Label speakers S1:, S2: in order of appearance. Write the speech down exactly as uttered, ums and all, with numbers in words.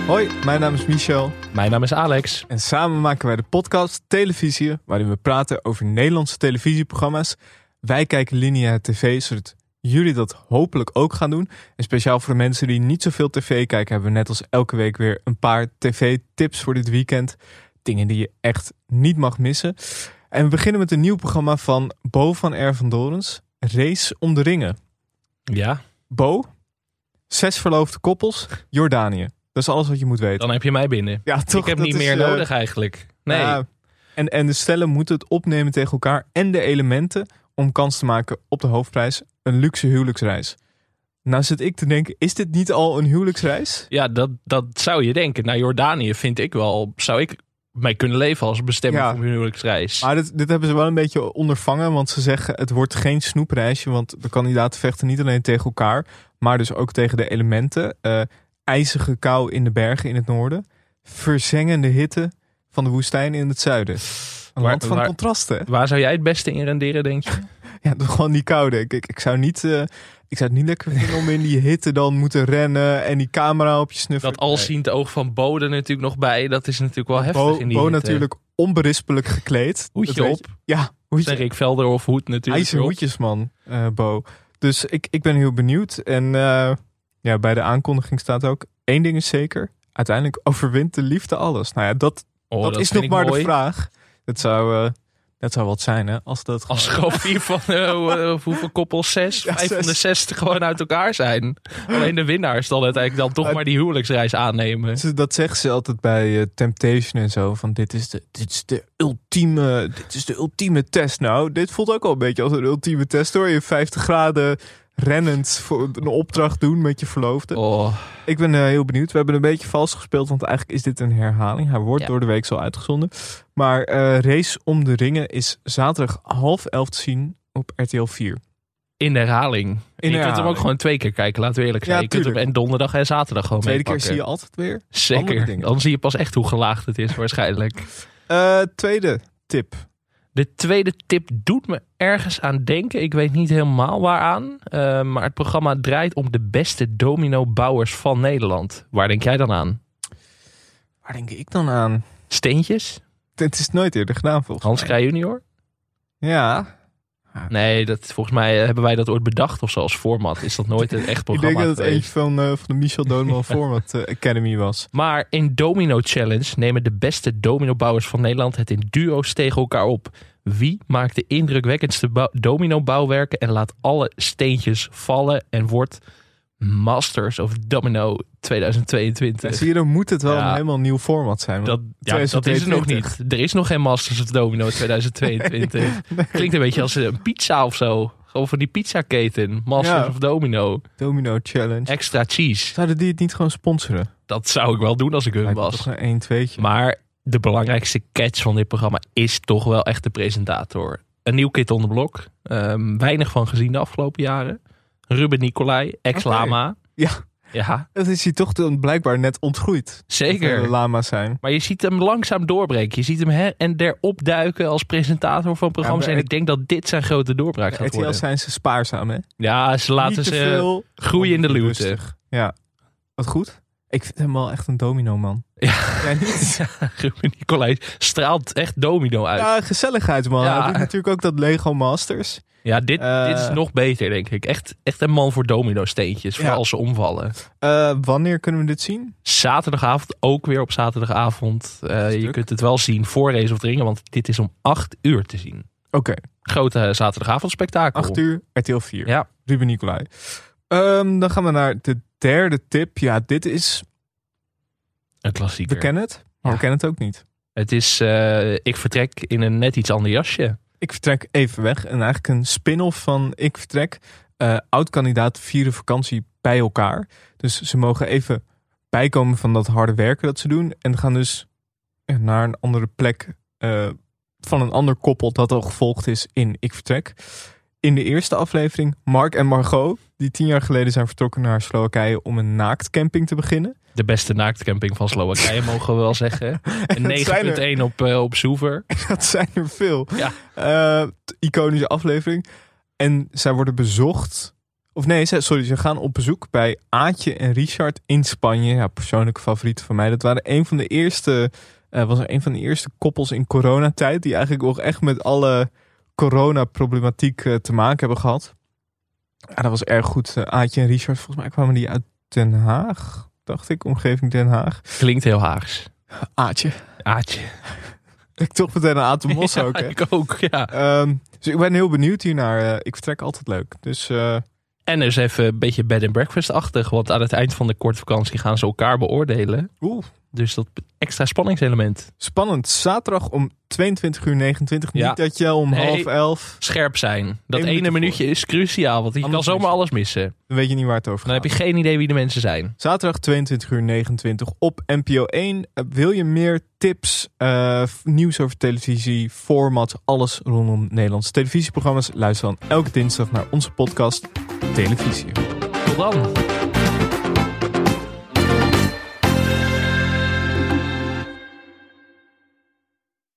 S1: Hoi, mijn naam is Michel.
S2: Mijn naam is Alex.
S1: En samen maken wij de podcast Televisie, waarin we praten over Nederlandse televisieprogramma's. Wij kijken lineaire tv, zodat jullie dat hopelijk ook gaan doen. En speciaal voor de mensen die niet zoveel tv kijken, hebben we net als elke week weer een paar tv-tips voor dit weekend. Dingen die je echt niet mag missen. En we beginnen met een nieuw programma van Bo van R. van Dorens. Race om de ringen.
S2: Ja.
S1: Bo, zes verloofde koppels, Jordanië. Dat is alles wat je moet weten.
S2: Dan heb je mij binnen.
S1: Ja, toch,
S2: ik heb
S1: dat
S2: niet
S1: is,
S2: meer
S1: uh,
S2: nodig eigenlijk. Nee.
S1: Ja, en, en de stellen moeten het opnemen tegen elkaar en de elementen om kans te maken op de hoofdprijs. Een luxe huwelijksreis. Nou zit ik te denken, is dit niet al een huwelijksreis?
S2: Ja, dat, dat zou je denken. Nou, Jordanië vind ik wel, zou ik mee kunnen leven als bestemming
S1: Ja.
S2: voor mijn huwelijksreis.
S1: Maar dit, dit hebben ze wel een beetje ondervangen, want ze zeggen het wordt geen snoepreisje, want de kandidaten vechten niet alleen tegen elkaar, maar dus ook tegen de elementen. Uh, ijzige kou in de bergen in het noorden. Verzengende hitte van de woestijn in het zuiden. Een
S2: Waar-
S1: land van
S2: waar-
S1: contrasten.
S2: Waar zou jij het beste in renderen, denk je?
S1: Ja, gewoon die koude. Ik, ik, ik, zou niet, uh, ik zou het niet lekker vinden om in die hitte dan moeten rennen en die camera op je snuffen.
S2: Dat alziend oog van Bode natuurlijk nog bij. Dat is natuurlijk wel heftig
S1: Bo,
S2: in die
S1: Bo
S2: hitte.
S1: natuurlijk onberispelijk gekleed.
S2: Hoedje
S1: Dat weet
S2: op.
S1: je. Ja, hoedje.
S2: Zijn Rick Velder of hoed natuurlijk.
S1: IJzer
S2: erop.
S1: hoedjes, man, uh, Bo. Dus ik, ik ben heel benieuwd. En uh, ja, bij de aankondiging staat ook, één ding is zeker. Uiteindelijk overwint de liefde alles. Nou ja, dat,
S2: Oh,
S1: dat,
S2: dat
S1: is
S2: vind
S1: nog
S2: ik
S1: maar
S2: mooi.
S1: de vraag. Dat zou, uh, dat zou wat zijn, hè? Als dat
S2: Als
S1: gewoon...
S2: gewoon vier van uh, hoeveel koppels? Zes?
S1: Ja,
S2: Vijf
S1: zes.
S2: van de zes gewoon uit elkaar zijn. Alleen de winnaars dan uiteindelijk dan toch
S1: Uit-
S2: maar die huwelijksreis aannemen.
S1: Ze- Dat zeggen ze altijd bij uh, Temptation en zo. Van dit is, de, dit, is de ultieme, dit is de ultieme test. Nou, dit voelt ook al een beetje als een ultieme test hoor. Je vijftig graden rennend voor een opdracht doen met je verloofde.
S2: Oh,
S1: Ik ben uh, heel benieuwd. We hebben een beetje vals gespeeld, want eigenlijk is dit een herhaling. Hij wordt
S2: Ja.
S1: door de week zo uitgezonden. Maar uh, Race om de Ringen is zaterdag half elf te zien op R T L vier.
S2: in de herhaling. En je kunt hem
S1: herhaling.
S2: ook gewoon twee keer kijken, laten we eerlijk zijn.
S1: Ja,
S2: je kunt hem
S1: tuurlijk.
S2: en donderdag en zaterdag gewoon
S1: De tweede keer
S2: meepakken.
S1: zie je altijd weer andere
S2: Zeker.
S1: dingen.
S2: Dan zie je pas echt hoe gelaagd het is waarschijnlijk.
S1: Uh, tweede tip.
S2: De tweede tip doet me ergens aan denken. Ik weet niet helemaal waaraan. Uh, maar het programma draait om de beste domino-bouwers van Nederland. Waar denk jij dan aan?
S1: Waar denk ik dan aan?
S2: Steentjes?
S1: Het is nooit eerder gedaan volgens
S2: Hans
S1: mij.
S2: Kraaij junior?
S1: Ja.
S2: Nee, dat, volgens mij hebben wij dat ooit bedacht of zo als format. Is dat nooit een echt
S1: Ik
S2: programma
S1: denk dat het
S2: geweest.
S1: eentje van, uh, van de Michel Doneman Format uh, Academy was.
S2: Maar in Domino Challenge nemen de beste dominobouwers van Nederland het in duo's tegen elkaar op. Wie maakt de indrukwekkendste bou- domino-bouwwerken en laat alle steentjes vallen en wordt Masters of Domino tweeduizend tweeëntwintig?
S1: Ja, zie je, dan moet het wel
S2: Ja.
S1: een helemaal nieuw format zijn.
S2: Dat,
S1: want
S2: ja, dat is er nog
S1: tweeduizend
S2: niet. Er is nog geen Masters of Domino tweeduizend tweeëntwintig. Klinkt een beetje als een pizza of zo. Gewoon van die pizzaketen. Masters
S1: Ja.
S2: of Domino.
S1: Domino Challenge.
S2: Extra cheese.
S1: Zouden die het niet gewoon sponsoren?
S2: Dat zou ik wel doen als ik hun
S1: Lijkt me
S2: was.
S1: toch een één tweetje.
S2: Maar de belangrijkste catch van dit programma is toch wel echt de presentator. Een nieuw kid on the block. Um, weinig van gezien de afgelopen jaren. Ruben Nicolai, ex-lama.
S1: Ja,
S2: Ja,
S1: dat is hij toch dan blijkbaar net ontgroeid.
S2: zeker.
S1: De lama's zijn.
S2: Maar je ziet hem langzaam doorbreken. Je ziet hem her en der opduiken als presentator van programma's.
S1: Ja, maar
S2: en ik denk dat dit zijn grote doorbraak
S1: Bij
S2: gaat
S1: R T L
S2: worden.
S1: zijn ze spaarzaam, hè?
S2: Ja, ze laten
S1: Niet te
S2: ze
S1: veel,
S2: groeien in de luwte.
S1: rustig. Ja. Wat goed. Ik vind hem wel echt een domino, man.
S2: Ja.
S1: Jij niet?
S2: Ruben Nicolai straalt echt domino uit. Ja,
S1: Ja, gezelligheid, man.
S2: Ja.
S1: Hij doet natuurlijk ook dat Lego Masters.
S2: dit,
S1: Eh.
S2: dit is nog beter, denk ik. Echt, echt een man voor domino steentjes. Vooral
S1: Ja.
S2: als ze omvallen.
S1: Uh, wanneer kunnen we dit zien?
S2: Zaterdagavond, ook weer op zaterdagavond. Uh, je
S1: Stuk.
S2: kunt het wel zien voor Race of the Ringen, want dit is om acht uur te zien.
S1: Oké,
S2: Grote uh, zaterdagavondspektakel.
S1: acht uur, R T L vier.
S2: Ja,
S1: Ruben Nicolai. Um, dan gaan we naar de derde tip. Ja, dit is...
S2: een klassieker.
S1: We kennen het, maar
S2: Ja.
S1: we kennen het ook niet.
S2: Het is, uh, ik vertrek in een net iets ander jasje.
S1: Ik vertrek even weg. En eigenlijk een spin-off van Ik vertrek. Uh, Oud-kandidaat vieren vakantie bij elkaar. Dus ze mogen even bijkomen van dat harde werken dat ze doen. En gaan dus ja, naar een andere plek uh, van een ander koppel dat al gevolgd is in Ik vertrek. In de eerste aflevering Mark en Margot, die tien jaar geleden zijn vertrokken naar Slowakije om een naaktcamping te beginnen.
S2: De beste naaktcamping van Slowakije, mogen we wel zeggen. Een negen punt één op, uh, op Zoever.
S1: Dat zijn er veel.
S2: Ja.
S1: Uh, iconische aflevering. En zij worden bezocht Of nee, ze, sorry, ze gaan op bezoek bij Aatje en Richard in Spanje. Ja, persoonlijke favorieten van mij. Dat waren een van de eerste, uh, was er een van de eerste koppels in coronatijd die eigenlijk ook echt met alle coronaproblematiek uh, te maken hebben gehad. Ja, dat was erg goed. Uh, Aatje en Richard, volgens mij kwamen die uit Den Haag, dacht ik, omgeving Den Haag.
S2: Klinkt heel Haags.
S1: Aatje.
S2: Aatje.
S1: Ik toch meteen een Aad de Mos
S2: ja,
S1: ook, hè?
S2: ik ook, ja.
S1: Um, dus ik ben heel benieuwd hiernaar. Uh, ik vertrek altijd leuk. Dus... Uh,
S2: En er is even een beetje bed and breakfast-achtig. Want aan het eind van de korte vakantie gaan ze elkaar beoordelen.
S1: Oeh.
S2: Dus dat extra spanningselement.
S1: Spannend. Zaterdag om tweeëntwintig uur negenentwintig.
S2: Ja.
S1: Niet dat je om
S2: Nee.
S1: half elf...
S2: Scherp zijn. Dat
S1: Eén
S2: ene
S1: minuut
S2: minuutje is cruciaal. Want je kan
S1: Anders
S2: zomaar
S1: mis je.
S2: alles missen.
S1: Dan weet je niet waar het over
S2: Dan
S1: gaat.
S2: heb je geen idee wie de mensen zijn.
S1: Zaterdag tweeëntwintig uur negenentwintig op N P O één. Uh, wil je meer tips, uh, nieuws over televisie, format, alles rondom Nederlandse televisieprogramma's? Luister dan elke dinsdag naar onze podcast Televisie.
S2: Tot dan.